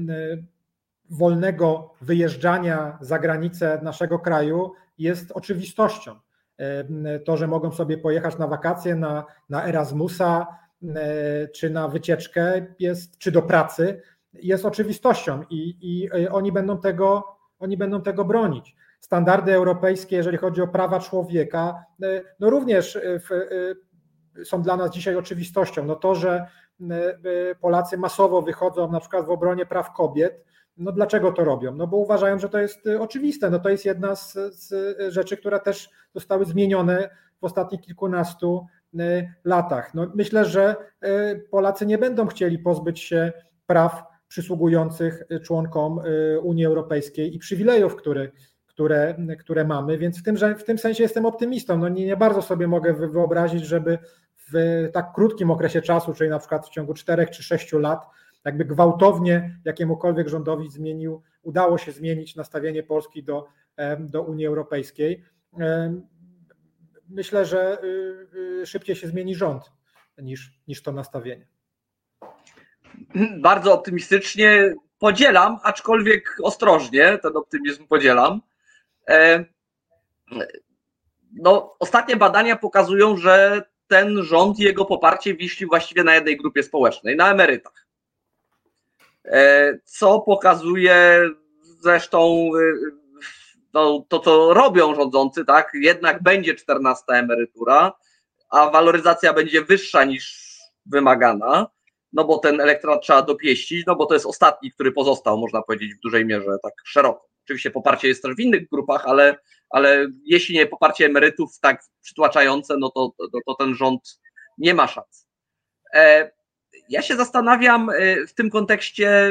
wolnego wyjeżdżania za granicę naszego kraju jest oczywistością. To, że mogą sobie pojechać na wakacje, na, na Erasmusa, czy na wycieczkę, jest, czy do pracy, jest oczywistością i, i oni będą tego, oni będą tego bronić. Standardy europejskie, jeżeli chodzi o prawa człowieka, no również w, są dla nas dzisiaj oczywistością. No to, że Polacy masowo wychodzą na przykład w obronie praw kobiet, no dlaczego to robią? No bo uważają, że to jest oczywiste. No to jest jedna z, z rzeczy, które też zostały zmienione w ostatnich kilkunastu latach. No myślę, że Polacy nie będą chcieli pozbyć się praw przysługujących członkom Unii Europejskiej i przywilejów, które, które, które mamy, więc w tym, w tym sensie jestem optymistą. No nie, nie bardzo sobie mogę wyobrazić, żeby w tak krótkim okresie czasu, czyli na przykład w ciągu czterech czy sześciu lat, jakby gwałtownie jakiemukolwiek rządowi zmienił, udało się zmienić nastawienie Polski do, do Unii Europejskiej. myślę, że szybciej się zmieni rząd niż, niż to nastawienie. Bardzo optymistycznie podzielam, aczkolwiek ostrożnie ten optymizm podzielam. No, ostatnie badania pokazują, że ten rząd i jego poparcie wisi właściwie na jednej grupie społecznej, na emerytach. Co pokazuje zresztą to, to co robią rządzący, tak? Jednak będzie czternasta emerytura, a waloryzacja będzie wyższa niż wymagana, no bo ten elektorat trzeba dopieścić, no bo to jest ostatni, który pozostał, można powiedzieć, w dużej mierze tak szeroko. Oczywiście poparcie jest też w innych grupach, ale, ale jeśli nie poparcie emerytów tak przytłaczające, no to, to, to ten rząd nie ma szans. Ja się zastanawiam w tym kontekście,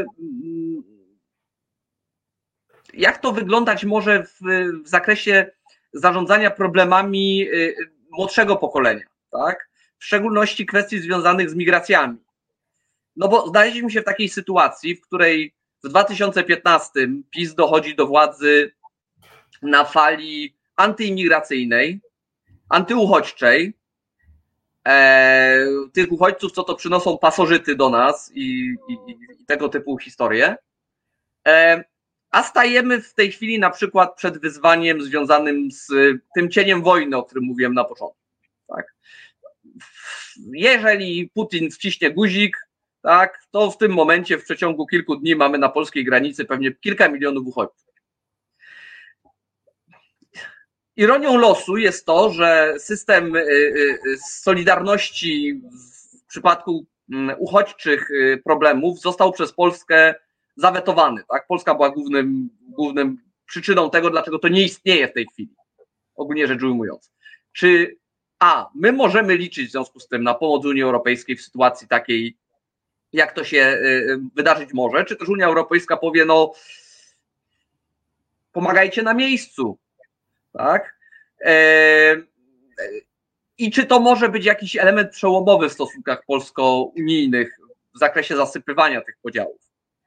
jak to wyglądać może w, w zakresie zarządzania problemami młodszego pokolenia, tak? W szczególności kwestii związanych z migracjami. No bo znaleźliśmy się w takiej sytuacji, w której w dwa tysiące piętnastym PiS dochodzi do władzy na fali antyimigracyjnej, antyuchodźczej, e, tych uchodźców, co to przynoszą pasożyty do nas i, i, i tego typu historie. E, a stajemy w tej chwili na przykład przed wyzwaniem związanym z tym cieniem wojny, o którym mówiłem na początku. Tak? Jeżeli Putin wciśnie guzik, tak, to w tym momencie w przeciągu kilku dni mamy na polskiej granicy pewnie kilka milionów uchodźców. Ironią losu jest to, że system solidarności w przypadku uchodźczych problemów został przez Polskę zawetowany. Tak? Polska była głównym, głównym przyczyną tego, dlaczego to nie istnieje w tej chwili, ogólnie rzecz ujmując. Czy a, my możemy liczyć w związku z tym na pomoc Unii Europejskiej w sytuacji takiej, jak to się wydarzyć może, czy też Unia Europejska powie, no pomagajcie na miejscu, tak? I czy to może być jakiś element przełomowy w stosunkach polsko-unijnych w zakresie zasypywania tych podziałów?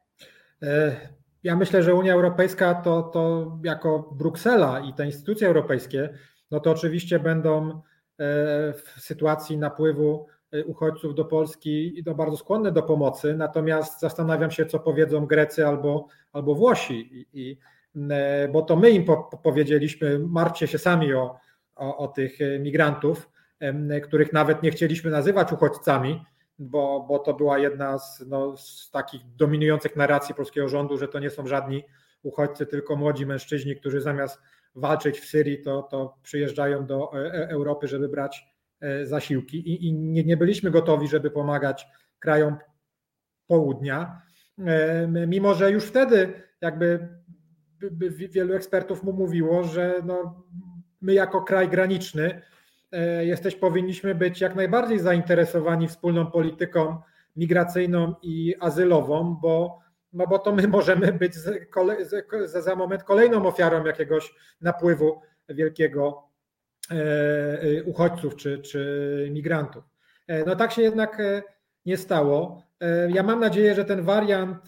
Ja myślę, że Unia Europejska to, to jako Bruksela i te instytucje europejskie, no to oczywiście będą w sytuacji napływu uchodźców do Polski no bardzo skłonne do pomocy, natomiast zastanawiam się, co powiedzą Grecy albo, albo Włosi, I, i, bo to my im po, powiedzieliśmy, martwcie się sami o, o, o tych migrantów, których nawet nie chcieliśmy nazywać uchodźcami, bo, bo to była jedna z, no, z takich dominujących narracji polskiego rządu, że to nie są żadni uchodźcy, tylko młodzi mężczyźni, którzy zamiast walczyć w Syrii, to, to przyjeżdżają do Europy, żeby brać zasiłki i, i nie, nie byliśmy gotowi, żeby pomagać krajom południa, mimo że już wtedy jakby wielu ekspertów mu mówiło, że no, my jako kraj graniczny jesteś, powinniśmy być jak najbardziej zainteresowani wspólną polityką migracyjną i azylową, bo, no bo to my możemy być kolej, za, za moment kolejną ofiarą jakiegoś napływu wielkiego uchodźców czy, czy migrantów. No tak się jednak nie stało. Ja mam nadzieję, że ten wariant,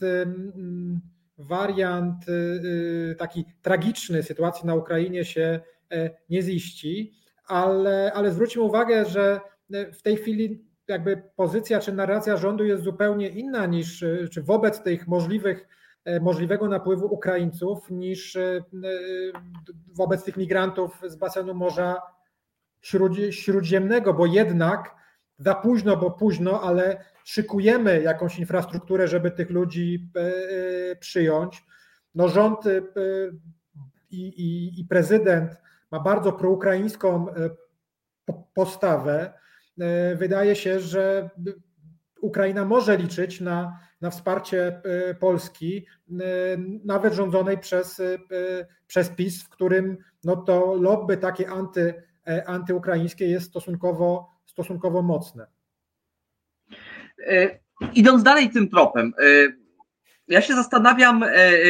wariant taki tragiczny sytuacji na Ukrainie się nie ziści, ale, ale zwróćmy uwagę, że w tej chwili jakby pozycja czy narracja rządu jest zupełnie inna niż czy wobec tych możliwych, możliwego napływu Ukraińców niż wobec tych migrantów z basenu Morza Śródziemnego, bo jednak za późno, bo późno, ale szykujemy jakąś infrastrukturę, żeby tych ludzi przyjąć. No rząd i, i, i prezydent ma bardzo proukraińską postawę. Wydaje się, że Ukraina może liczyć na, na wsparcie Polski, nawet rządzonej przez, przez PiS, w którym no to lobby takie anty, antyukraińskie jest stosunkowo, stosunkowo mocne. Idąc dalej tym tropem, ja się zastanawiam,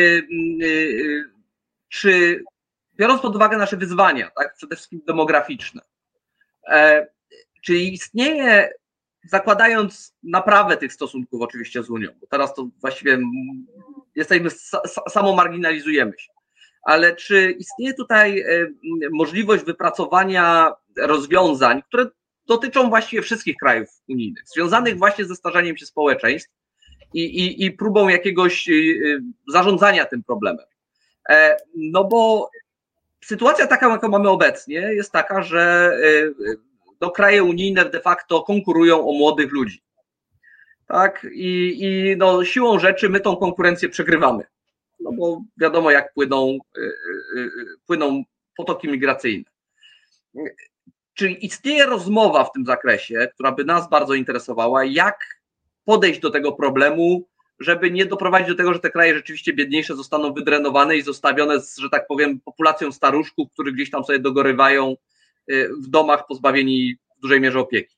czy biorąc pod uwagę nasze wyzwania, tak, przede wszystkim demograficzne, czy istnieje, zakładając naprawę tych stosunków oczywiście z Unią, bo teraz to właściwie jesteśmy, samo marginalizujemy się, ale czy istnieje tutaj możliwość wypracowania rozwiązań, które dotyczą właściwie wszystkich krajów unijnych, związanych właśnie ze starzeniem się społeczeństw i, i, i próbą jakiegoś zarządzania tym problemem. No bo sytuacja taka, jaką mamy obecnie, jest taka, że no, kraje unijne de facto konkurują o młodych ludzi. Tak? I, i no, siłą rzeczy my tą konkurencję przegrywamy. No bo wiadomo, jak płyną, płyną potoki migracyjne. Czy istnieje rozmowa w tym zakresie, która by nas bardzo interesowała, jak podejść do tego problemu, żeby nie doprowadzić do tego, że te kraje rzeczywiście biedniejsze zostaną wydrenowane i zostawione z, że tak powiem, populacją staruszków, którzy gdzieś tam sobie dogorywają w domach pozbawieni w dużej mierze opieki?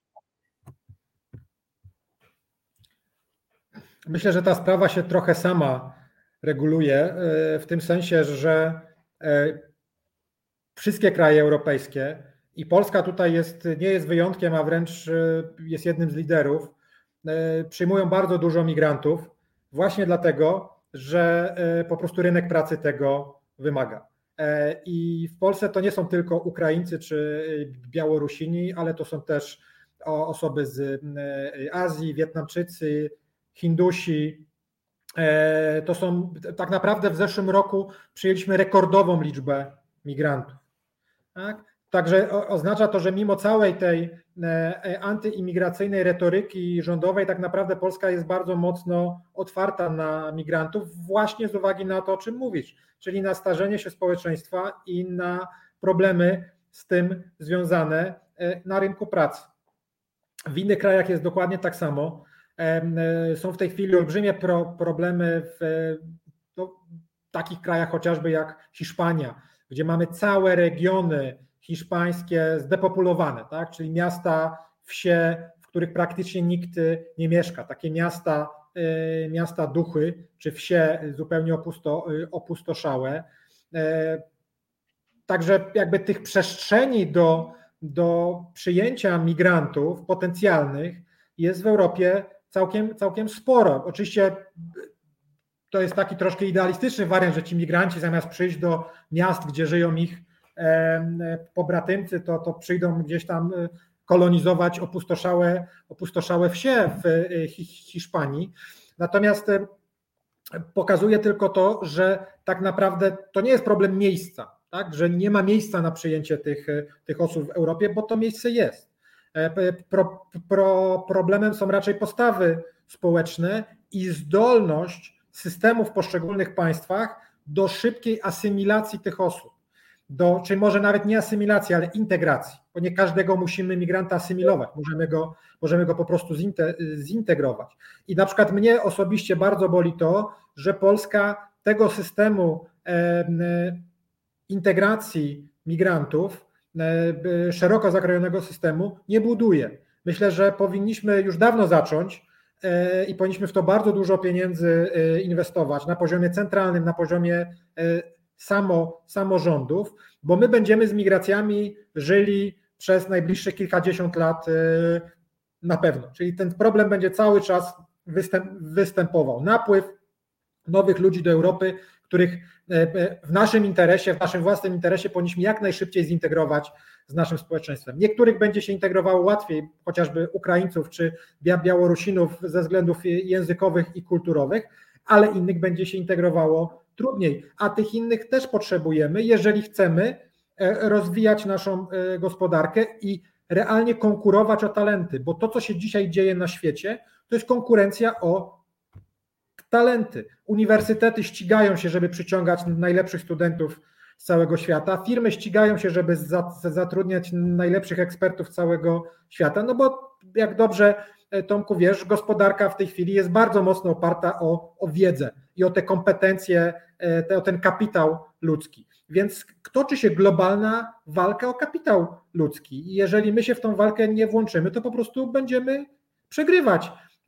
Myślę, że ta sprawa się trochę sama reguluje, w tym sensie, że wszystkie kraje europejskie i Polska tutaj jest, nie jest wyjątkiem, a wręcz jest jednym z liderów, przyjmują bardzo dużo migrantów właśnie dlatego, że po prostu rynek pracy tego wymaga. I w Polsce to nie są tylko Ukraińcy czy Białorusini, ale to są też osoby z Azji, Wietnamczycy, Hindusi. To są tak naprawdę w zeszłym roku przyjęliśmy rekordową liczbę migrantów. Tak? Także oznacza to, że mimo całej tej antyimigracyjnej retoryki rządowej, tak naprawdę Polska jest bardzo mocno otwarta na migrantów właśnie z uwagi na to, o czym mówisz, czyli na starzenie się społeczeństwa i na problemy z tym związane na rynku pracy. W innych krajach jest dokładnie tak samo. Są w tej chwili olbrzymie pro, problemy w no, takich krajach chociażby jak Hiszpania, gdzie mamy całe regiony hiszpańskie zdepopulowane, tak? Czyli miasta, wsie, w których praktycznie nikt nie mieszka. Takie miasta, miasta duchy, czy wsie zupełnie opusto, opustoszałe. Także jakby tych przestrzeni do, do przyjęcia migrantów potencjalnych jest w Europie całkiem, całkiem sporo. Oczywiście to jest taki troszkę idealistyczny wariant, że ci migranci zamiast przyjść do miast, gdzie żyją ich pobratymcy, to, to przyjdą gdzieś tam kolonizować opustoszałe, opustoszałe wsie w Hiszpanii. Natomiast pokazuje tylko to, że tak naprawdę to nie jest problem miejsca, tak? Że nie ma miejsca na przyjęcie tych, tych osób w Europie, bo to miejsce jest. Pro, pro, problemem są raczej postawy społeczne i zdolność systemów w poszczególnych państwach do szybkiej asymilacji tych osób. Do, czy może nawet nie asymilacji, ale integracji, bo nie każdego musimy migranta asymilować, możemy go, możemy go po prostu zintegrować. I na przykład mnie osobiście bardzo boli to, że Polska tego systemu integracji migrantów, szeroko zakrojonego systemu nie buduje. Myślę, że powinniśmy już dawno zacząć i powinniśmy w to bardzo dużo pieniędzy inwestować na poziomie centralnym, na poziomie samo, samorządów, bo my będziemy z migracjami żyli przez najbliższe kilkadziesiąt lat na pewno. Czyli ten problem będzie cały czas występ, występował. Napływ nowych ludzi do Europy, których w naszym interesie, w naszym własnym interesie powinniśmy jak najszybciej zintegrować z naszym społeczeństwem. Niektórych będzie się integrowało łatwiej, chociażby Ukraińców czy Białorusinów ze względów językowych i kulturowych, ale innych będzie się integrowało trudniej, a tych innych też potrzebujemy, jeżeli chcemy rozwijać naszą gospodarkę i realnie konkurować o talenty, bo to, co się dzisiaj dzieje na świecie, to jest konkurencja o talenty. Uniwersytety ścigają się, żeby przyciągać najlepszych studentów z całego świata, firmy ścigają się, żeby zatrudniać najlepszych ekspertów całego świata, no bo jak dobrze, Tomku, wiesz, gospodarka w tej chwili jest bardzo mocno oparta o, o wiedzę i o te kompetencje, te, o ten kapitał ludzki. Więc toczy się globalna walka o kapitał ludzki i jeżeli my się w tą walkę nie włączymy, to po prostu będziemy przegrywać.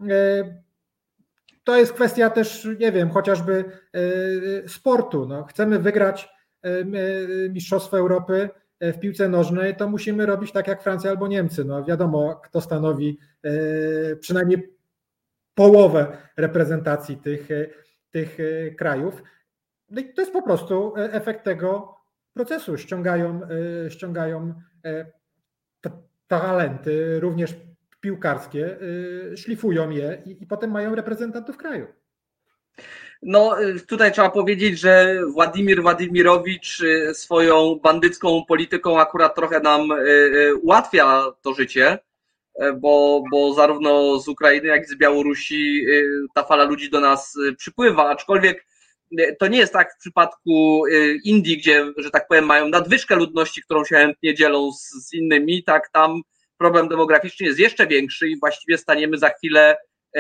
To jest kwestia też, nie wiem, chociażby sportu. No, chcemy wygrać Mistrzostwo Europy w piłce nożnej, to musimy robić tak jak Francja albo Niemcy. No, wiadomo, kto stanowi przynajmniej połowę reprezentacji tych, tych krajów. No i to jest po prostu efekt tego procesu. Ściągają, ściągają talenty, również piłkarskie, szlifują je i, i potem mają reprezentantów kraju. No tutaj trzeba powiedzieć, że Władimir Władimirowicz swoją bandycką polityką akurat trochę nam ułatwia to życie, bo, bo zarówno z Ukrainy, jak i z Białorusi ta fala ludzi do nas przypływa, aczkolwiek to nie jest tak w przypadku Indii, gdzie, że tak powiem, mają nadwyżkę ludności, którą się chętnie dzielą z, z innymi, tak tam problem demograficzny jest jeszcze większy i właściwie staniemy za chwilę,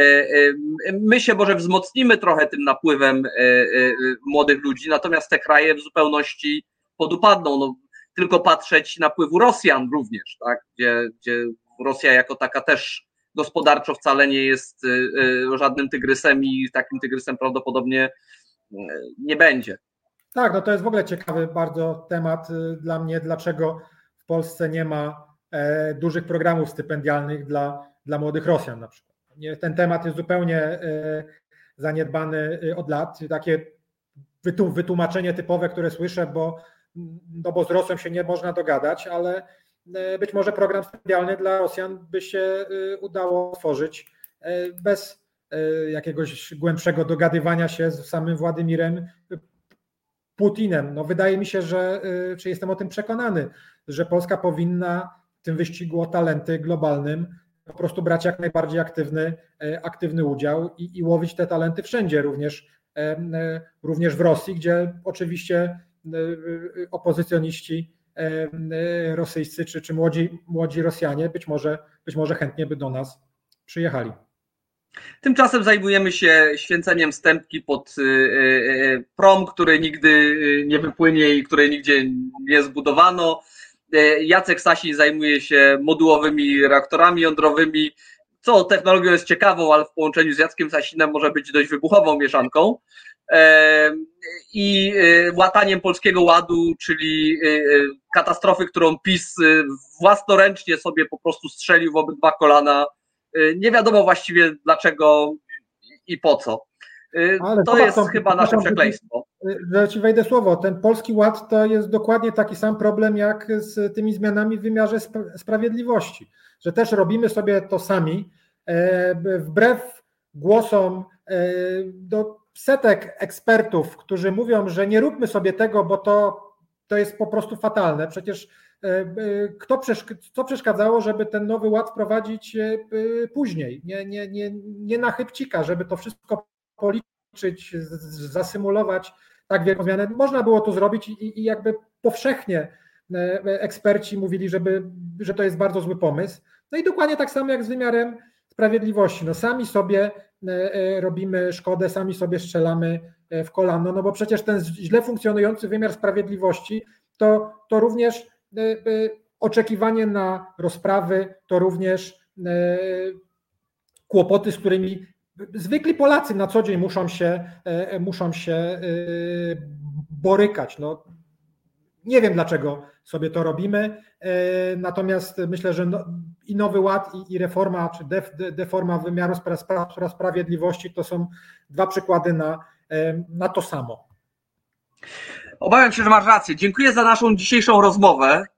my się może wzmocnimy trochę tym napływem młodych ludzi, natomiast te kraje w zupełności podupadną. No, tylko patrzeć napływu Rosjan również, tak, gdzie, gdzie Rosja jako taka też gospodarczo wcale nie jest żadnym tygrysem i takim tygrysem prawdopodobnie nie będzie. Tak, no to jest w ogóle ciekawy bardzo temat dla mnie, dlaczego w Polsce nie ma dużych programów stypendialnych dla, dla młodych Rosjan na przykład. Ten temat jest zupełnie zaniedbany od lat. Takie wytłumaczenie typowe, które słyszę, bo, no bo z Rosją się nie można dogadać, ale być może program stypendialny dla Rosjan by się udało tworzyć bez jakiegoś głębszego dogadywania się z samym Władimirem Putinem. No wydaje mi się, że, czy jestem o tym przekonany, że Polska powinna w tym wyścigu o talenty globalnym po prostu brać jak najbardziej aktywny, aktywny udział i, i łowić te talenty wszędzie, również, również w Rosji, gdzie oczywiście opozycjoniści rosyjscy czy, czy młodzi, młodzi Rosjanie być może, być może chętnie by do nas przyjechali. Tymczasem zajmujemy się święceniem stępki pod prom, który nigdy nie wypłynie i której nigdzie nie zbudowano. Jacek Sasin zajmuje się modułowymi reaktorami jądrowymi, co technologią jest ciekawą, ale w połączeniu z Jackiem Sasinem może być dość wybuchową mieszanką. I łataniem Polskiego Ładu, czyli katastrofy, którą PiS własnoręcznie sobie po prostu strzelił w obydwa kolana. Nie wiadomo właściwie dlaczego i po co. Ale to jest to, chyba nasze przekleństwo. Że ci wejdę słowo, ten Polski Ład to jest dokładnie taki sam problem jak z tymi zmianami w wymiarze sprawiedliwości, że też robimy sobie to sami, wbrew głosom do setek ekspertów, którzy mówią, że nie róbmy sobie tego, bo to, to jest po prostu fatalne. Przecież kto co przeszkadzało, żeby ten nowy ład wprowadzić później, nie, nie, nie, nie na chybcika, żeby to wszystko policzyć, zasymulować tak wielką zmianę. Można było to zrobić i, i jakby powszechnie eksperci mówili, żeby, że to jest bardzo zły pomysł. No i dokładnie tak samo jak z wymiarem sprawiedliwości. No sami sobie robimy szkodę, sami sobie strzelamy w kolano, no bo przecież ten źle funkcjonujący wymiar sprawiedliwości to, to również oczekiwanie na rozprawy, to również kłopoty, z którymi zwykli Polacy na co dzień muszą się, muszą się borykać. No, nie wiem, dlaczego sobie to robimy, natomiast myślę, że no, i Nowy Ład, i, i reforma, czy def, deforma wymiaru spra, spra, sprawiedliwości to są dwa przykłady na, na to samo. Obawiam się, że masz rację. Dziękuję za naszą dzisiejszą rozmowę.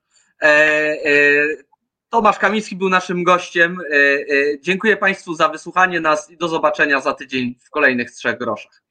Tomasz Kamiński był naszym gościem. Dziękuję Państwu za wysłuchanie nas i do zobaczenia za tydzień w kolejnych Trzech Groszach.